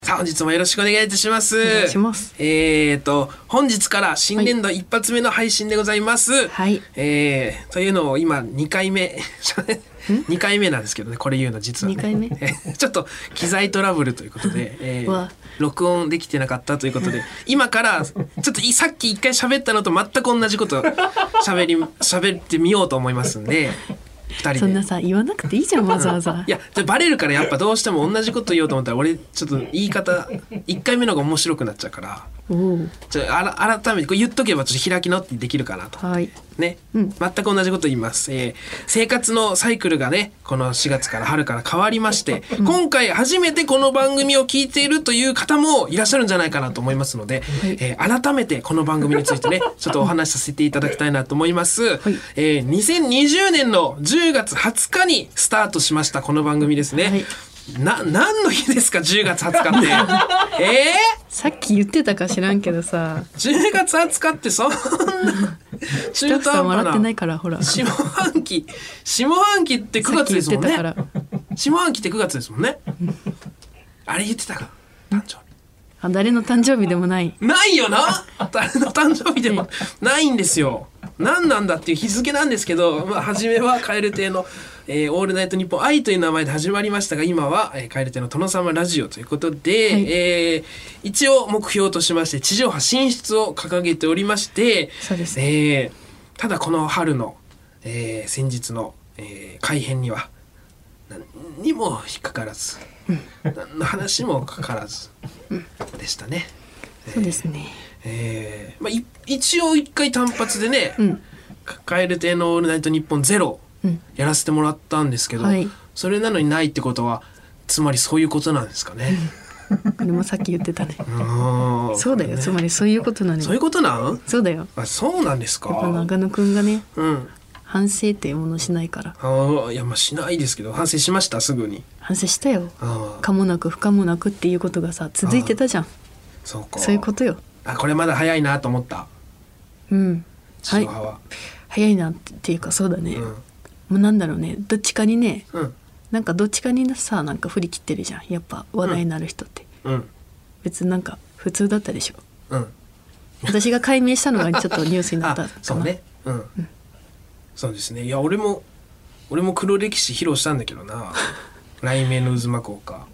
さあ本日もよろしくお願いいたします。 お願いします。 本日から新年度一発目の配信でございます。 はい。 というのを今2回目2回目なんですけどね、これ言うの実は、ね、 2回目ちょっと機材トラブルということで、 わ録音できてなかったということで今からちょっとさっき1回喋ったのと全く同じこと喋ってみようと思いますんで、2人でそんなさ言わなくていいじゃんわざわざ。 いやじゃバレるからやっぱどうしても同じこと言おうと思ったら俺ちょっと言い方1回目の方が面白くなっちゃうから、 おちょ改めてこれ言っとけばちょっと開き直ってできるかなと。 はい。 ね、 うん全く同じこと言います、生活のサイクルがねこの4月から春から変わりまして、今回初めてこの番組を聞いているという方もいらっしゃるんじゃないかなと思いますので、改めてこの番組についてねちょっとお話しさせていただきたいなと思います、2020年の10月20日にスタートしましたこの番組ですね、 はい何の日ですか10月20日ってさっき言ってたか知らんけどさ、 10月20日ってそんなスタッフさん笑ってないからほら。 下半期って9月ですもんね。 さっき言ってたから下半期って9月ですもんね。あれ言ってたか誕生あ、誰の誕生日でもない。 日ないよな誰の誕生日でもないんですよ。何なんだっていう日付なんですけど、初めは蛙亭の、オールナイトニッポン愛という名前で始まりましたが、今は、蛙亭の殿様ラジオということで、一応目標としまして地上波進出を掲げておりまして、 そうですね。 ただこの春の、先日の、改編には何にも引っかからず、何の話もかからずでしたね。 そうですね。 一応一回単発でね、蛙亭のオールナイトニッポンゼロやらせてもらったんですけど、それなのにないってことはつまりそういうことなんですかね。 これもさっき言ってたね。そうだよ、 ね、 つまりそういうことなのよ。 そういうことなん？ そうだよ。 あ、そうなんですか。 やっぱ長野くんがね、反省っていうものしないから。 いやしないですけど、反省しましたすぐに。 反省したよ。可もなく不可もなくっていうことがさ続いてたじゃん。 そうか。 そういうことよ。 これまだ早いなと思った。 はい。早いなっていうかそうだね。もうなんだろうね、どっちかにね、なんかどっちかにさなんか振り切ってるじゃん。やっぱ話題になる人って。別になんか普通だったでしょ。私が解明したのがちょっとニュースになったかな。 そうね。そうですね。いや俺も黒歴史披露したんだけどな。雷鳴の渦巻こうか。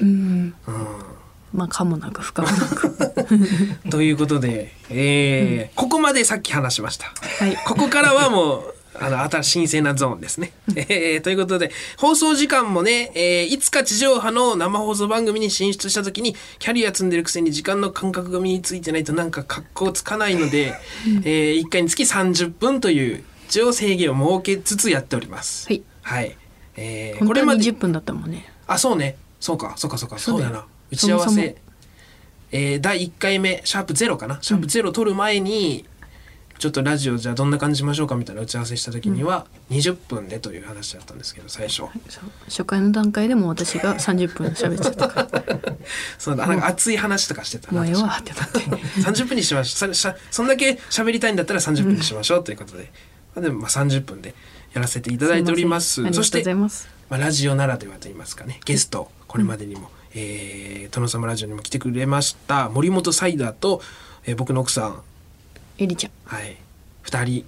可もなく不可もなくということで、ここまでさっき話しました、ここからはもう新鮮なゾーンですね、ということで放送時間もね、いつか地上波の生放送番組に進出した時にキャリア積んでるくせに時間の感覚が身についてないとなんか格好つかないので、1回につき30分という一応制限を設けつつやっております。はい、 本当は20分だったもんね。 そうね、そうだな。打ち合わせ第1回目シャープ0かな、シャープ0取る前にちょっとラジオじゃあどんな感じしましょうかみたいな打ち合わせした時には20分でという話だったんですけど、最初、 初回の段階でも私が30分喋っちゃったからそうだ、なんか熱い話とかしてたな。 もうよってなって 30分にしましょう。そんだけ喋りたいんだったら30分にしましょうということで、でも30分でやらせていただいております。そしてラジオならではといいますかね、ゲストこれまでにも、殿様ラジオにも来てくれました森本サイダーと、僕の奥さんエリちゃん、 2人、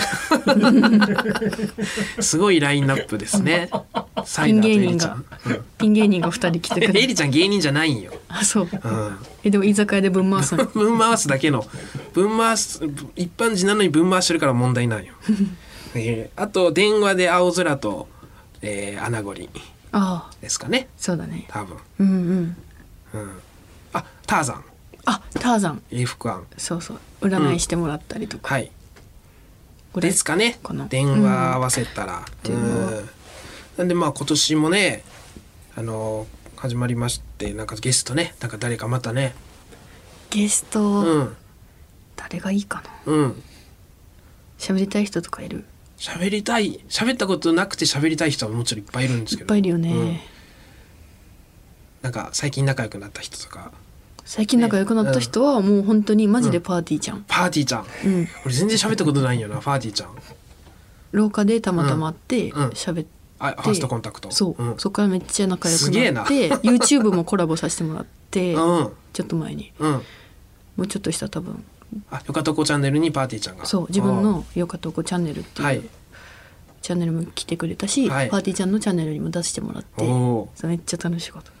すごいラインナップですね。サイダーとエリちゃん、 ピン芸人が2人来てくれエリちゃん芸人じゃないんよ。 そう、でも居酒屋で分回すの分回すだけの一般人なのに分回してるから問題ないよ。あと電話で青空と、穴子りですかね。 そうだね、 多分。ターザン、 ターザン、 永福庵、 そう占いしてもらったりとか、 ですかね。電話合わせたら、なんで今年もね始まりまして、なんかゲストね、なんか誰かまたねゲスト、誰がいいかな。喋りたい人とかいる？喋ったことなくて喋りたい人はもちろんいっぱいいるんですけど、いっぱいいるよね。 なんか最近仲良くなった人とか。 最近仲良くなった人はもう本当にマジでパーティーちゃん。 パーティーちゃん。俺全然喋ったことないよな、パーティーちゃん。 廊下でたまたま会って喋って、 ファーストコンタクト。 そこからめっちゃ仲良くなって YouTube もコラボさせてもらっ 、 うん、 ちょっと前に、 うん、 もうちょっとした多分よかとこチャンネルにパーティーちゃんがそう自分のよかとこチャンネルっていう、はい、チャンネルも来てくれたし、はい、パーティーちゃんのチャンネルにも出してもらってめっちゃ楽しかった。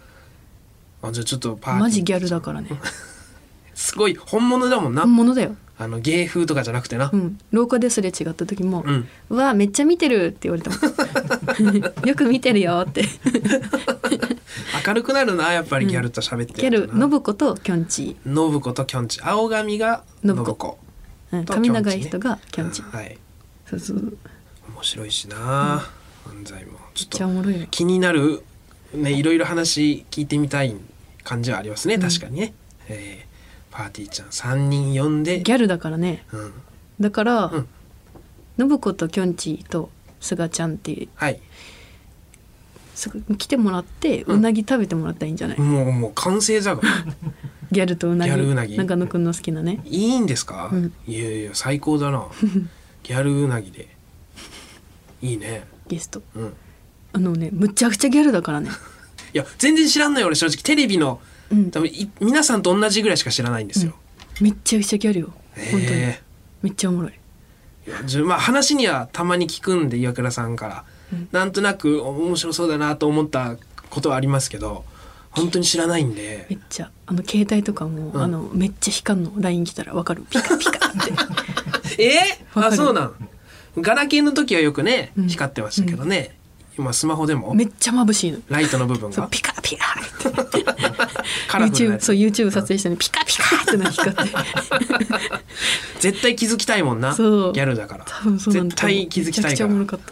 じゃあちょっとパーティーマジギャルだからねすごい本物だもんな。 本物だよ。 芸風とかじゃなくてな、 うん、廊下ですれ違った時も、うわめっちゃ見てるって言われたもんよく見てるよって明るくなるなやっぱりギャルと喋ってやるとな。ギャル信子ときょんちぃ、信子ときょんちぃ、青髪が信子、 髪長い人がきょんちぃ、 はい、 そうそう面白いしな、漫才もちょっとおもろい気になるね、いろいろ話聞いてみたい感じはありますね、確かにね。パーティーちゃん3人呼んでギャルだからね、だから、信子ときょんちぃとすがちゃんって、はい、来てもらってうなぎ食べてもらったらいいんじゃない？ もう完成じゃがギャルとうなぎ、 ギャルうなぎ中野くんの好きなね。 いいんですか？いやいや最高だなギャルうなぎでいいね。 ゲスト、むちゃくちゃギャルだからねいや全然知らんない俺正直テレビの多分皆さんと同じぐらいしか知らないんですよ、 めっちゃくちゃギャルよ本当にめっちゃおもろい。 まあ話にはたまに聞くんで岩倉さんから、なんとなく面白そうだなと思ったことはありますけど本当に知らないんで。 めっちゃ携帯とかも、めっちゃ光るの LINE 来たらわかるピカピカってあそうなん。ガラケーの時はよくね光ってましたけどね、今スマホでもめっちゃ眩しいのライトの部分がピカピカってカラフルなやつ YouTube 撮影したのにピカピカってな光って絶対気づきたいもんな、ギャルだから多分そうなんだ。 絶対気づきたいから。めちゃくちゃおもろかった、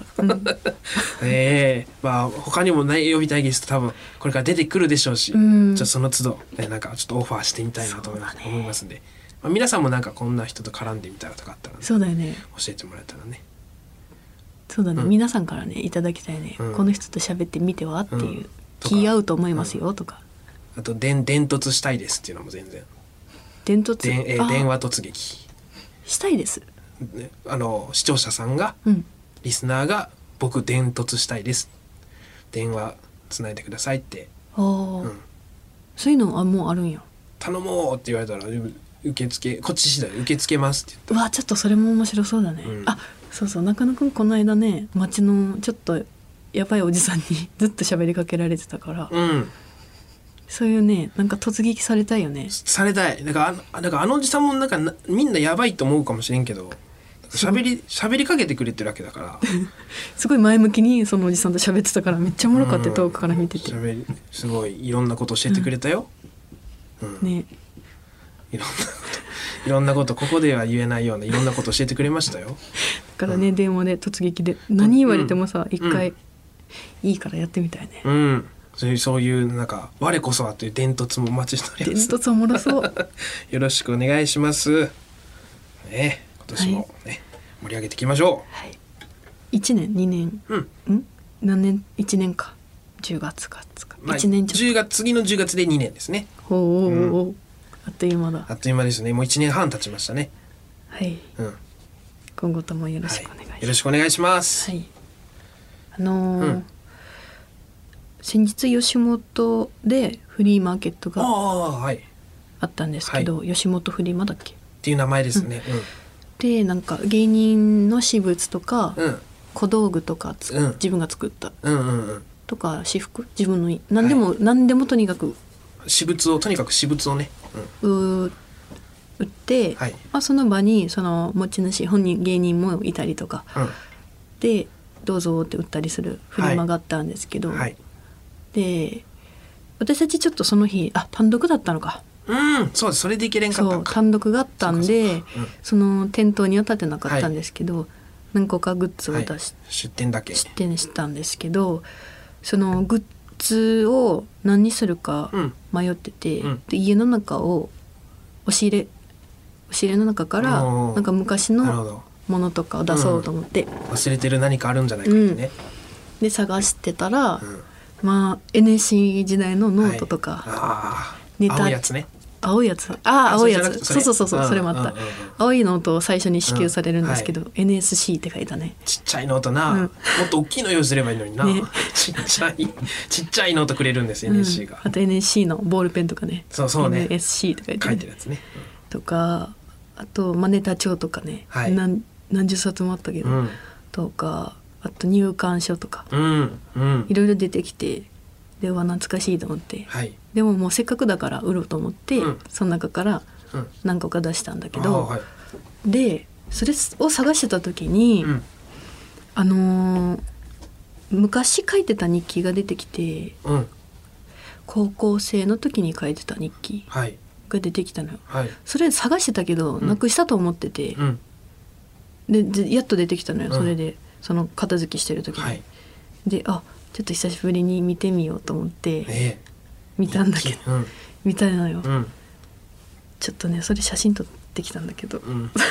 まあ他にもね呼びたいゲスト多分これから出てくるでしょうし、ちょっとその都度なんかちょっとオファーしてみたいなと思いますんで、まあ、皆さんもなんかこんな人と絡んでみたらとかあったら、ね、 そうだよね、 教えてもらえたらね。 そうだね、皆さんからねいただきたいね、この人と喋ってみてはっていう、気合うと思いますよとか、 あと伝突したいですっていうのも全然電話突撃したいです、 視聴者さんが、リスナーが僕伝突したいです電話つないでくださいって、 そういうのはもうあるんや。 頼もうって言われたら受付こっち次第受け付けますって言ったら、 うわちょっとそれも面白そうだね、そうそう中野くんこの間ね街のちょっとやばいおじさんにずっと喋りかけられてたから、そういうねなんか突撃されたいよね。 されたい。だからあのおじさんもなんかみんなやばいと思うかもしれんけど喋りかけてくれてるわけだからすごい前向きにそのおじさんと喋ってたからめっちゃおもろかった遠くから見てて、 すごいいろんなこと教えてくれたよ、 ねいろんなことここでは言えないようないろんなこと教えてくれましたよ。 だからね、電話で突撃で何言われてもさ一回いいからやってみたいね。 そういうなんか我こそはという伝突もお待ちしております。 伝突おもろそうよろしくお願いします。今年もね、盛り上げていきましょう。1年2年、何年1年か10月か1年ちょっと次の10月で2年ですね。 あっという間だ。 あっという間ですね。もう1年半経ちましたね。 はい。今後ともよろしくお願いします。 よろしくお願いします。 先日吉本でフリーマーケットがあったんですけど、吉本フリマだっけっていう名前ですね。 でなんか芸人の私物とか、小道具とか自分が作ったとか私服自分の何でもとにかく私物をね、 売って、その場にその持ち主本人芸人もいたりとか、でどうぞって売ったりするフリマがあったんですけど、で私たちちょっとその日単独だったのか、 そうそれでいけれんかったんか。 単独があったんでその店頭には立てなかったんですけど、何個かグッズを出店したんですけど、そのグッズを何にするか迷ってて、で家の中を押し入れの中からなんか昔のものとかを出そうと思って、 忘れてる何かあるんじゃないかってね、 で探してたら、NSC 時代のノートとか、 青いやつね、 青いやつ、青いやつ、そうそれもあった。青いノートを最初に支給されるんですけど、NSC って書いたね。 ちっちゃいノートな、もっと大きいの用意すればいいのにな、ちっちゃいノートくれるんです、NSC が。 あと NSC のボールペンとかね、 そうね、 NSC って書いてるやつね、 とか、あとネタ帳とかね、何十冊もあったけど、とか、あと入館書とか、いろいろ出てきて、では懐かしいと思って、でももうせっかくだから売ろうと思って、その中から何個か出したんだけど、でそれを探してた時に、昔書いてた日記が出てきて、高校生の時に書いてた日記が出てきたのよ。それ探してたけど、なくしたと思ってて、でやっと出てきたのよ。それでその片付けしてる時に、でちょっと久しぶりに見てみようと思って見たんだけど、見たのよ、ちょっとねそれ写真撮ってきたんだけど、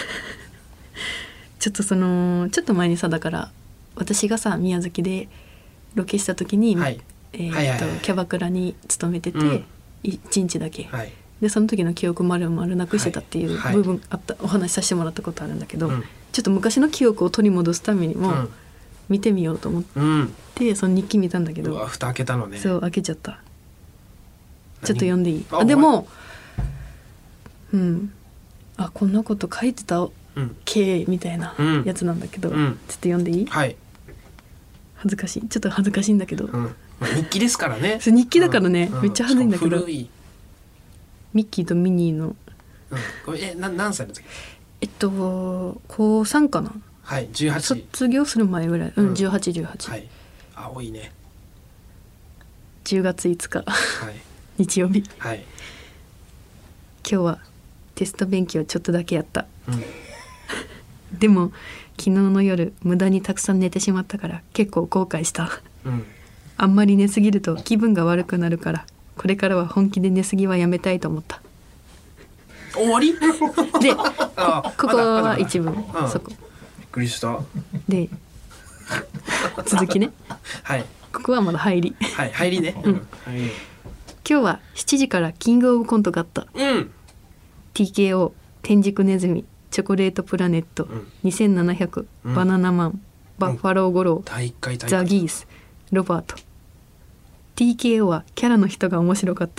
ちょっとちょっと前にさ、だから私がさ宮崎でロケした時に、キャバクラに勤めてて、1日だけ、でその時の記憶丸々なくしてたっていう部分あった、お話しさせてもらったことあるんだけど、ちょっと昔の記憶を取り戻すためにも、見てみようと思って、その日記見たんだけど、 蓋開けたのね。 そう開けちゃった。ちょっと読んでいい？でもこんなこと書いてた系みたいなやつなんだけど、ちょっと読んでいい？恥ずかしい、ちょっと恥ずかしいんだけど、 日記ですからね。 日記だからね、めっちゃ恥ずいんだけど、 古いミッキーとミニーの、 これ何歳の時？ 高3かな。 18。 卒業する前ぐらい。18。 多いね。 10月5日、日曜日。今日はテスト勉強ちょっとだけやった。でも昨日の夜無駄にたくさん寝てしまったから結構後悔した。あんまり寝すぎると気分が悪くなるから、これからは本気で寝すぎはやめたいと思った。 終わり？ でここは一文、そこ。 びっくりした。 で続きね。ここはまだ入り。 入りね。 今日は7時からキングオブコントがあった。TKO 天竺ネズミ、チョコレートプラネット、2700、バナナマン、バッファロー五郎、ザ・ギース、ロバート。 TKO はキャラの人が面白かった。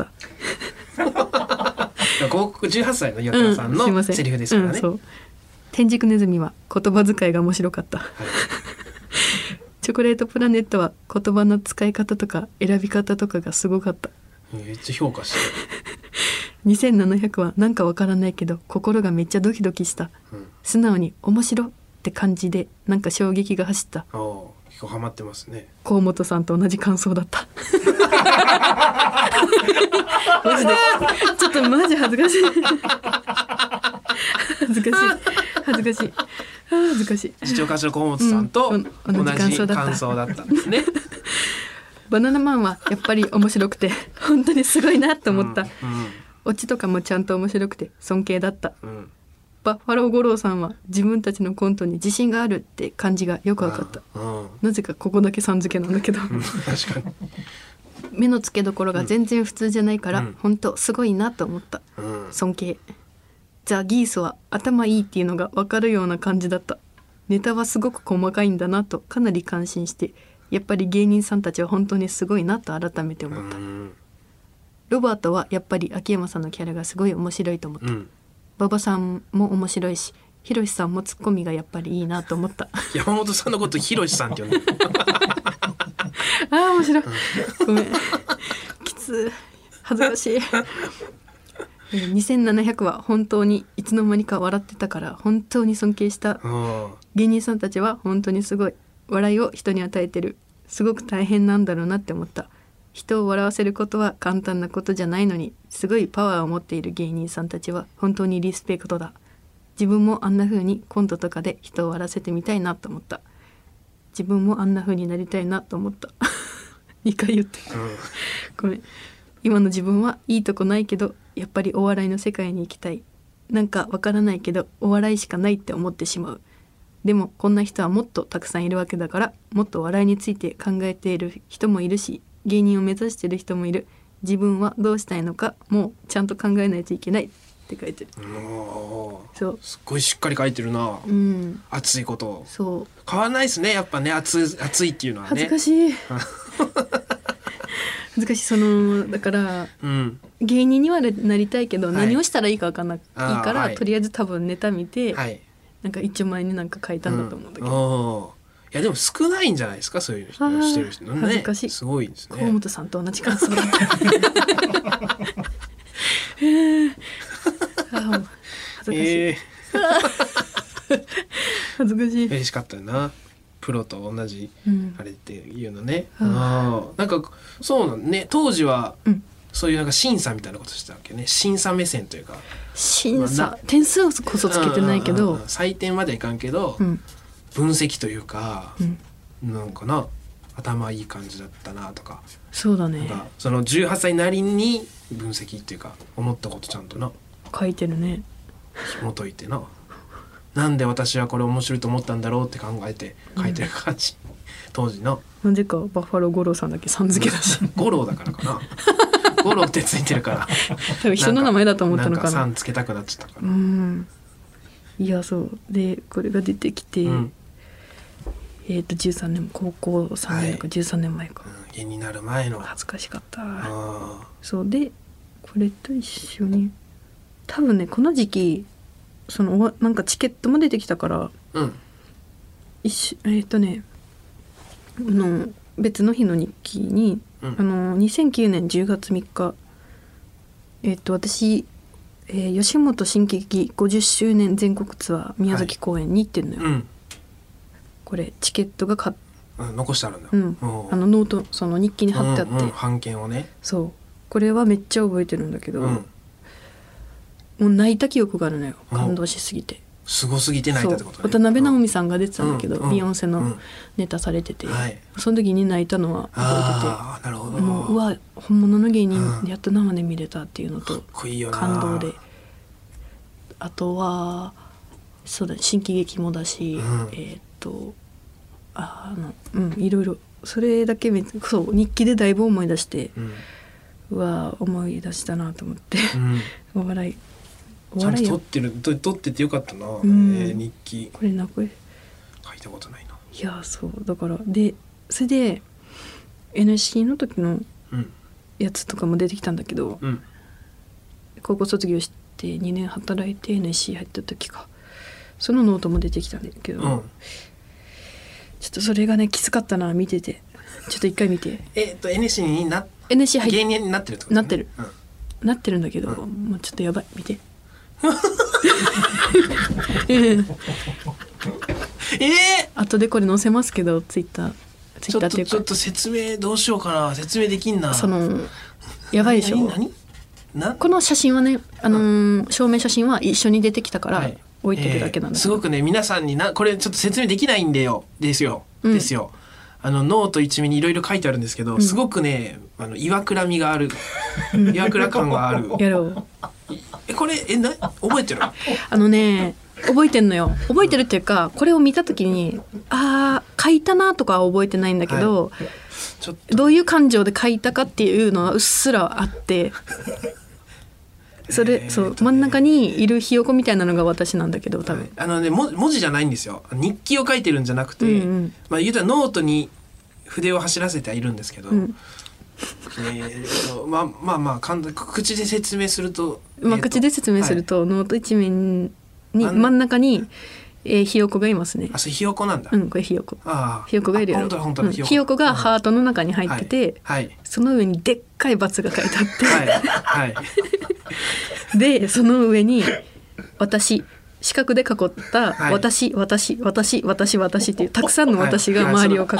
18歳の岩倉さんのセリフですからね。 天竺ネズミは言葉遣いが面白かった。チョコレートプラネットは言葉の使い方とか選び方とかがすごかった。 めっちゃ評価してる。 2700はなんかわからないけど心がめっちゃドキドキした。素直に面白って感じでなんか衝撃が走った。 結構ハマってますね。 河本さんと同じ感想だった。マジでちょっとマジ恥ずかしい。恥ずかしい。 視聴家の河本さんと同じ感想だったんですね。 バナナマンはやっぱり面白くて本当にすごいなと思った。オチとかもちゃんと面白くて尊敬だった。バッファロー五郎さんは自分たちのコントに自信があるって感じがよく分かった。なぜかここだけさん付けなんだけど、確かに目の付けどころが全然普通じゃないから、本当すごいなと思った。尊敬。ザ・ギースは頭いいっていうのが分かるような感じだった。ネタはすごく細かいんだなとかなり感心して、やっぱり芸人さんたちは本当にすごいなと改めて思った。ロバートはやっぱり秋山さんのキャラがすごい面白いと思った。馬場さんも面白いし、ひろしさんもツッコミがやっぱりいいなと思った。 山本さんのことひろしさんって呼んで面白い。ごめん。きつい。恥ずかしい。2700は本当にいつの間にか笑ってたから本当に尊敬した。芸人さんたちは本当にすごい。笑いを人に与えてる。すごく大変なんだろうなって思った。人を笑わせることは簡単なことじゃないのに、すごいパワーを持っている芸人さんたちは本当にリスペクトだ。自分もあんな風にコントとかで人を笑わせてみたいなと思った。自分もあんな風になりたいなと思った。2回言って、ごめん。今の自分はいいとこないけど、やっぱりお笑いの世界に行きたい。なんかわからないけどお笑いしかないって思ってしまう。でもこんな人はもっとたくさんいるわけだから、もっと笑いについて考えている人もいるし、芸人を目指している人もいる。 自分はどうしたいのかもうちゃんと考えないといけないって書いてる。 そうすっごいしっかり書いてるな、うん、熱いことそう変わらないですねやっぱね、熱いっていうのはね。 恥ずかしい恥ずかしい。そのだから、うん、芸人にはなりたいけど、はい、何をしたらいいか分かんないから、はい、とりあえず多分ネタ見て、はい、なんか一枚になんか書いたんだと思うんだけど、 いやでも少ないんじゃないですか、そういう人してる人ね。 恥ずかしい。 すごいですね。 河本さんと同じ感想だった恥ずかしい、恥ずかしい。 嬉しかったよな、プロと同じあれっていうのね、うん、なんかそうなんね、当時は、うん、そういうなんか審査みたいなことしてたわけね。審査目線というか、 審査、点数こそつけてないけど、 採点まではいかんけど、うん、分析というか、うん、なんかな、頭いい感じだったなとか。 そうだね。 なんかその18歳なりに分析っていうか、思ったことちゃんとな書いてるね。 紐解いてな、なんで私はこれ面白いと思ったんだろうって考えて書いてる感じ、うん、当時の。 なんでかバッファロー五郎さんだけさん付けだし五郎だからかな五郎ってついてるから多分人の名前だと思ったのかな。 なんかさんつけたくなっちゃったから。 いやそうでこれが出てきて、うん、13年高校3年とか13年前か、 芸になる前の。 恥ずかしかった。そうでこれと一緒に多分ねこの時期そのなんかチケットも出てきたから、うん、別の日の日記に、うん、2009年10月3日私、吉本新喜劇50周年全国ツアー宮崎公演に行ってんのよ、はい、うん、これチケットが残してあるんだよ、 うん、ノートその日記に貼ってあって、 版権をね。 そうこれはめっちゃ覚えてるんだけど、もう泣いた記憶があるのよ、感動しすぎて。 すごすぎて泣いたってことね。 渡辺直美さんが出てたんだけど、ビヨンセのネタされてて、その時に泣いたのは覚えてて、 なるほど。 もうわ本物の芸人やっと生で見れたっていうのと感動で、あとはそうだ新喜劇もだし、いろいろそれだけそう日記でだいぶ思い出して、思い出したなと思って、お笑いちゃんと撮っててよかったな、日記。 これ書いたことないな。 いやそうだからでそれで NSC の時のやつとかも出てきたんだけど、高校卒業して2年働いて NSC 入った時か、そのノートも出てきたんだけど、ちょっとそれがねきつかったな見てて。ちょっと一回見て。 NSC に NSC 入って芸人になってるってこと、 ね、なってるんだけど、もうちょっとやばい見て後でこれ載せますけどツイッターっていうかちょっと説明どうしようかな。説明できんな。 やばいでしょ。この写真はね、証明写真は一緒に出てきたから置いてるだけなんだ、 すごくね皆さんにこれちょっと説明できないんですよ、ノート一面にいろいろ書いてあるんですけど、すごくね岩倉味がある、岩倉感がある。 やろう。 これ覚えてる？ 覚えてんのよ。覚えてるっていうか、これを見た時に書いたなとかは覚えてないんだけど、ちょっとどういう感情で書いたかっていうのはうっすらあってそう真ん中にいるひよこみたいなのが私なんだけど、多分文字じゃないんですよ。日記を書いてるんじゃなくて、言うたらノートに筆を走らせてはいるんですけど、口で説明すると、 口で説明すると、ノート一面に真ん中にひよこがいますね。 それひよこなんだ。 これひよこ。ひよこがいるやろ。ひよこがハートの中に入ってて、その上にでっかいバツが書いてあって、でその上に私四角で囲った私っていうたくさんの私が周りを囲んで、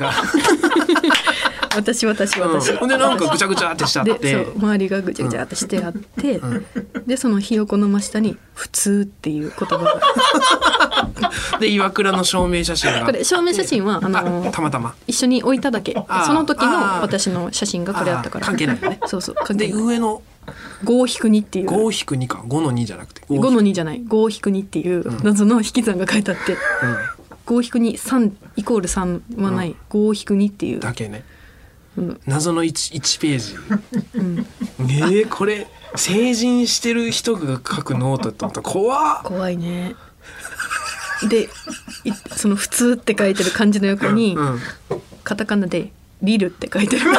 私ほんでなんかぐちゃぐちゃってしちゃって、 そう周りがぐちゃぐちゃってしてあって、でそのひよこの真下に普通っていう言葉がで岩倉の証明写真が、 これ証明写真はたまたま一緒に置いただけ、その時の私の写真がこれあったから関係ないよね。 そう関係ない。 で上の 5-2っていう 5-2か5-2じゃなくて 5-2じゃない5-2っていう謎の引き算が書いてあって、5-2 3=3はない、5-2っていうだけね。 謎の 1ページ、これ成人してる人が書くノートって思ったら怖いね。でその普通って書いてる漢字の横に、カタカナでリルって書いてる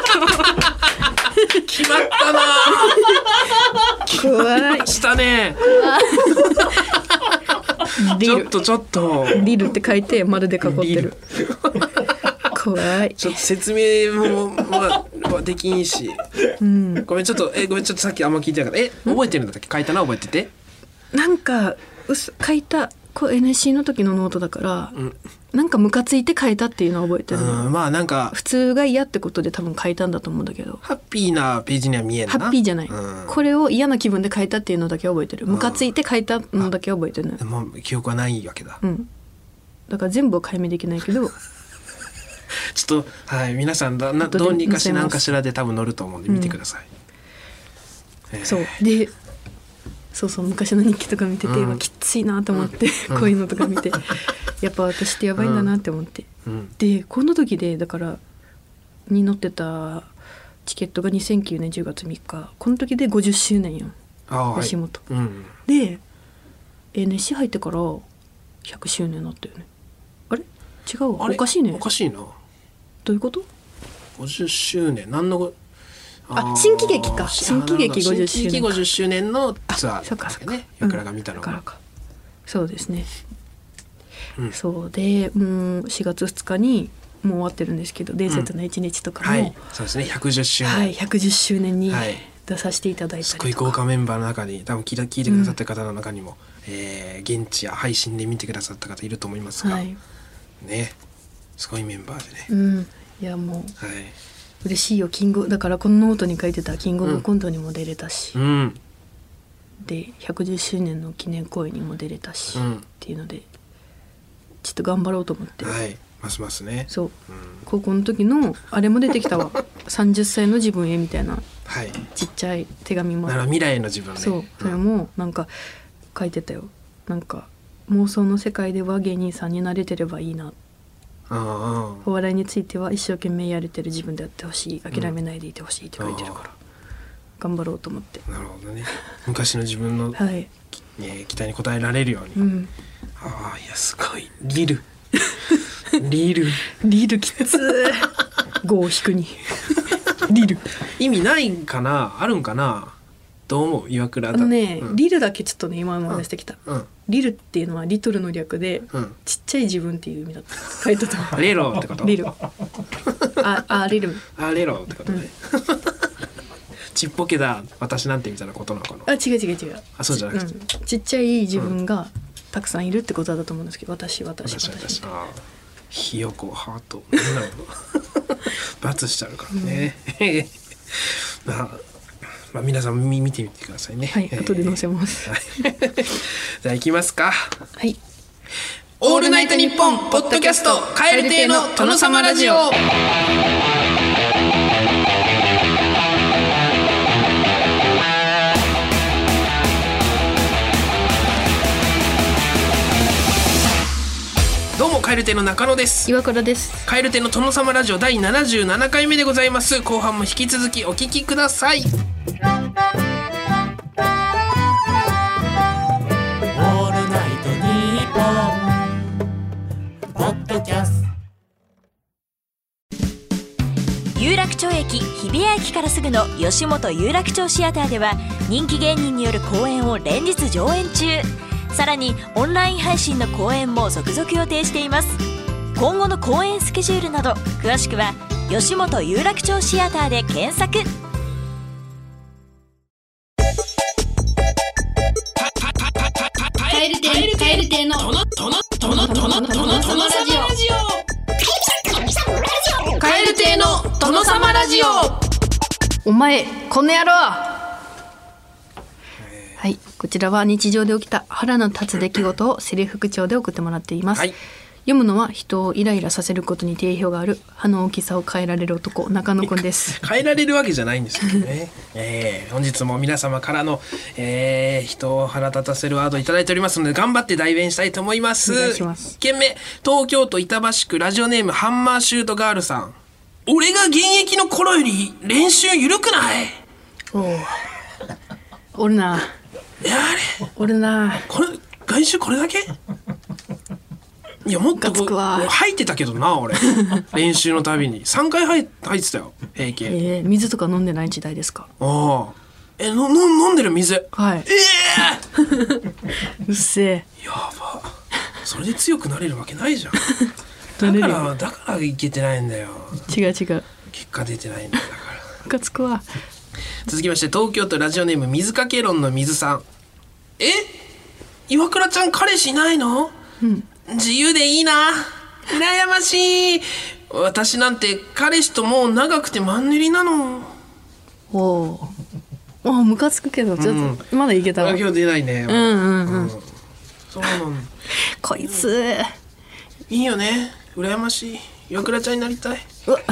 決まったな怖いしたねちょっとリルって書いて丸で囲ってる怖い。 ちょっと説明もできんし、ごめんちょっとさっきあんま聞いてなかった。覚えてるんだっけ？書いたな、覚えてて。 なんか書いたNSC の時のノートだから、なんかムカついて書いたっていうのは覚えてる。 まあなんか普通が嫌ってことで多分書いたんだと思うんだけど、 ハッピーなページには見えないな。 ハッピーじゃない、これを嫌な気分で書いたっていうのだけ覚えてる。ムカついて書いたのだけ覚えてる。 もう記憶はないわけだ。 だから全部は解明できないけどちょっと皆さんどうにかし何かしらで多分載ると思うんで見てください。 そうでそう昔の日記とか見てて、きついなと思って、こういうのとか見てやっぱ私ってやばいんだなって思って、でこの時でだからに載ってたチケットが2009年10月3日、この時で50周年よ吉本、で NSC 入ってから100周年になったよね。あれ違うわ、おかしいね。 おかしいな。 どういうこと？ 50周年何の新喜劇か。新喜劇50周年。 新喜劇50周年のツアーだっけね。岩倉が見たのが。 そうですね。そうでもう4月2日にもう終わってるんですけど、伝説の1日とかも、 そうですね、110周年。 110周年に出させていただいたりとか。すごい豪華メンバーの中に多分聞いてくださった方の中にも、現地や配信で見てくださった方いると思いますが、ね、すごいメンバーでね。 いやもう。嬉しいよ。だからこのノートに書いてたキングオブコントにも出れたし、で110周年の記念公演にも出れたし、っていうのでちょっと頑張ろうと思って、 ますますね。 そう、高校の時のあれも出てきたわ30歳の自分へみたいな、ちっちゃい手紙も未来の自分ね。 そうそれもなんか書いてたよ。なんか妄想の世界では芸人さんになれてればいいなって、お笑いについては一生懸命やれてる自分であってほしい、諦めないでいてほしいって書いてるから、頑張ろうと思って。 なるほどね。昔の自分の、期待に応えられるように。いやすごいリルきつ5を引くにリル意味ないんかな、あるんかな。どう思う岩倉だリルだけちょっとね今思い出してきた。リルっていうのはリトルの略で、ちっちゃい自分っていう意味だった。書いてた。 レロってこと？ リル。リル。 レロってことね。ちっぽけだ私なんてみたいなことなのかな。 違う。そうじゃなくて、ちっちゃい自分がたくさんいるってことだと思うんですけど、私。 ひよこハート。罰しちゃうからね。皆さん見てみてくださいね。 後で載せます。 じゃあ行きますか。 オールナイトニッポンポッドキャスト蛙亭の殿様ラジオ。 どうも蛙亭の中野です。 岩倉です。 蛙亭の殿様ラジオ第77回目でございます。後半も引き続きお聞きください。 有楽町駅日比谷駅からすぐの吉本有楽町シアターでは人気芸人による公演を連日上演中。さらにオンライン配信の公演も続々予定しています。今後の公演スケジュールなど詳しくは吉本有楽町シアターで検索。 蛙亭の殿様ラジオ。蛙亭の殿様ラジオ。お前この野郎。はい、こちらは日常で起きた腹の立つ出来事をセリフ口調で送ってもらっています。読むのは人をイライラさせることに定評がある歯の大きさを変えられる男中野くんです。 変えられるわけじゃないんですけどね。本日も皆様からの、人を腹立たせるワードいただいておりますので頑張って代弁したいと思います。 お願いします。 1件目、東京都板橋区ラジオネームハンマーシュートガールさん。 俺が現役の頃より練習緩くない？ 俺な。俺な。 これ外周これだけ？いやもっと吐いてたけどな俺練習のたびに3回吐いてたよ平均。 水とか飲んでない時代ですか？ ああ。飲んでる水。 はい。うっせえ。 やば。それで強くなれるわけないじゃん。だからいけてないんだよ。 違う。 結果出てないんだよだから。 ムカつくわ。 続きまして東京都ラジオネーム水かけ論の水さん。岩倉ちゃん彼氏いないの？自由でいいな。羨ましい。私なんて彼氏ともう長くてマンネリなの。 ムカつくけどちょっと、まだいけたわ。 今日出ないね。そうなの。 こいついいよね。羨ましい。岩倉ちゃんになりたい。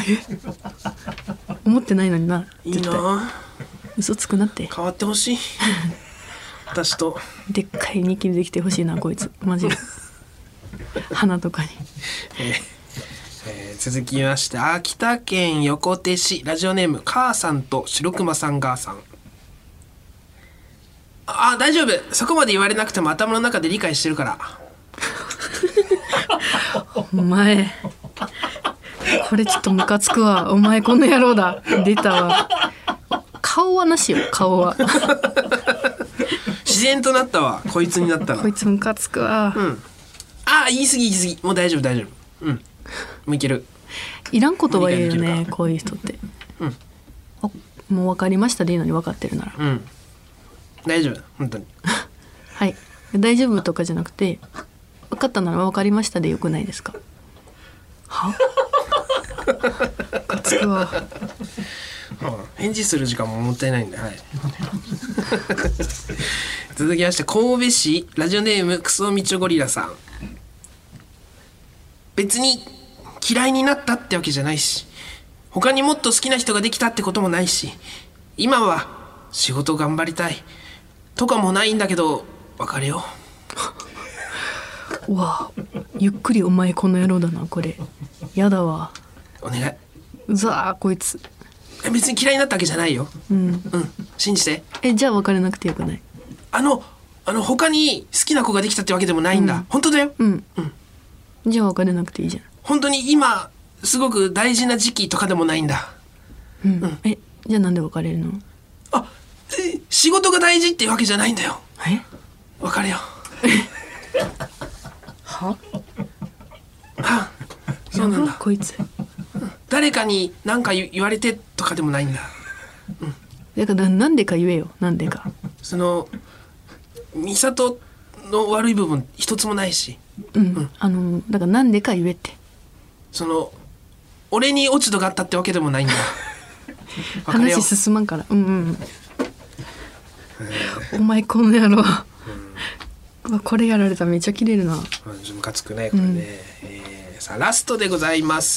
思ってないのにな。 いいな。 嘘つくなって。 変わってほしい。私とでっかいニキビできてほしいなこいつマジで。鼻とかに。 続きまして秋田県横手市ラジオネーム母さんと白熊さんがさん。大丈夫。そこまで言われなくても頭の中で理解してるから。 お前これちょっとムカつくわ。お前この野郎だ。出たわ。顔はなしよ。顔は自然となったわ。こいつになったわ。 こいつムカつくわ。 言い過ぎ。もう大丈夫。もういける。 いらん言葉言うよねこういう人って。もう分かりましたでいいのに分かってるなら。 大丈夫本当に。 はい。大丈夫とかじゃなくて分かったなら分かりましたでよくないですか？は？ムカつくわ。 返事する時間ももったいないんで、はい。続きまして神戸市ラジオネームクソミチョゴリラさん。別に嫌いになったってわけじゃないし、他にもっと好きな人ができたってこともないし、今は仕事頑張りたいとかもないんだけど別れよう。わあ、ゆっくりお前この野郎だなこれ。やだわ。 お願い。 うざーこいつ。 別に嫌いになったわけじゃないよ。信じて。 じゃあ別れなくてよくない？ 他に好きな子ができたってわけでもないんだ。本当だよ。 じゃあ別れなくていいじゃん。 本当に今すごく大事な時期とかでもないんだ。 じゃあなんで別れるの？ 仕事が大事ってわけじゃないんだよ。別れよは？ そうなんだ。 こいつ。 誰かに何か言われてとかでもないんだ。 だからなんでか言えよ。なんでか。 美里の悪い部分一つもないし。 だからなんでか言えって。 俺に落ち度があったってわけでもないんだ。 話進まんから。お前この野郎。これやられたらめっちゃ切れるな。 ムカつくねこれね。さあラストでございます。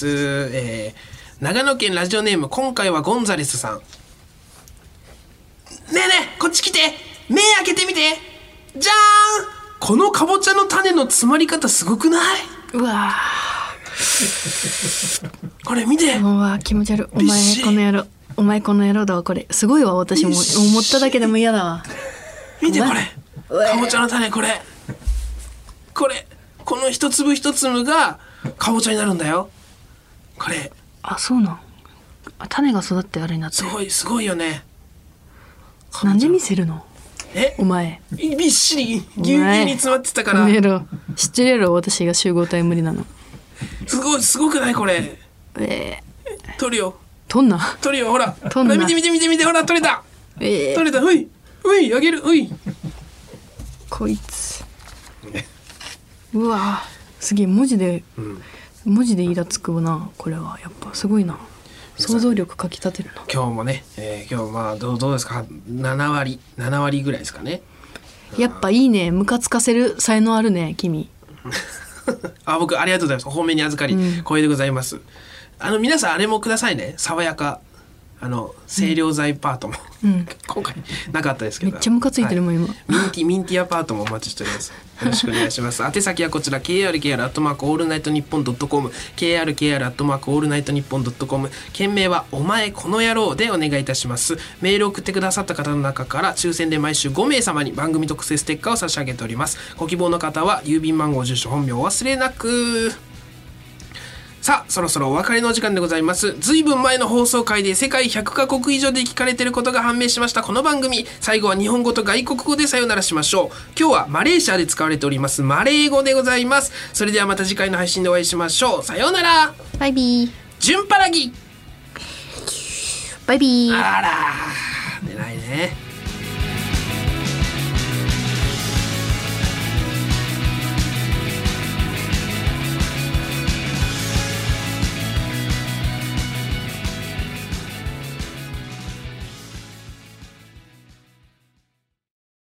長野県ラジオネーム今回はゴンザレスさん。ねえこっち来て。目開けてみて。じゃーん。このかぼちゃの種の詰まり方すごくない？ うわこれ見て。 うわ気持ち悪い。お前この野郎だわ。これすごいわ。私も思っただけでも嫌だわ。 見てこれ。かぼちゃの種これこの一粒一粒がかぼちゃになるんだよ。これ。 そうなん。種が育ってあれになってすごいよね。 なんで見せるの？お前びっしりぎゅうぎゅうに詰まってたから。 知ってるやろ私が集合体無理なの。 すごくないこれ。取るよ。 取るよほら見てほら取れた。取れた。ういあげる。 こいつ。うわすげえ文字でイラつくな。これはやっぱすごいな。想像力かきたてるな。 今日もね、今日どうですか。7割ぐらいですかね。 やっぱいいね。ムカつかせる才能あるね君。 僕ありがとうございます。お褒めに預かり、光栄でございます。皆さんあれもくださいね。爽やか清涼剤パートも、今回なかったですけど、 めっちゃムカついてるもん、今ミンティアパートもお待ちしております。よろしくお願いします。宛先はこちら krkr@allnightnippon.com krkr@allnightnippon.com 件名はお前この野郎でお願いいたします。メールを送ってくださった方の中から抽選で毎週5名様に番組特製ステッカーを差し上げております。ご希望の方は郵便番号住所本名お忘れなく。さあそろそろお別れのお時間でございます。ずいぶん前の放送回で世界100カ国以上で聞かれていることが判明しましたこの番組、最後は日本語と外国語でさよならしましょう。今日はマレーシアで使われておりますマレー語でございます。それではまた次回の配信でお会いしましょう。さようなら。 バイビー。 ジュンパラギ。 バイビー。 あら出ないね。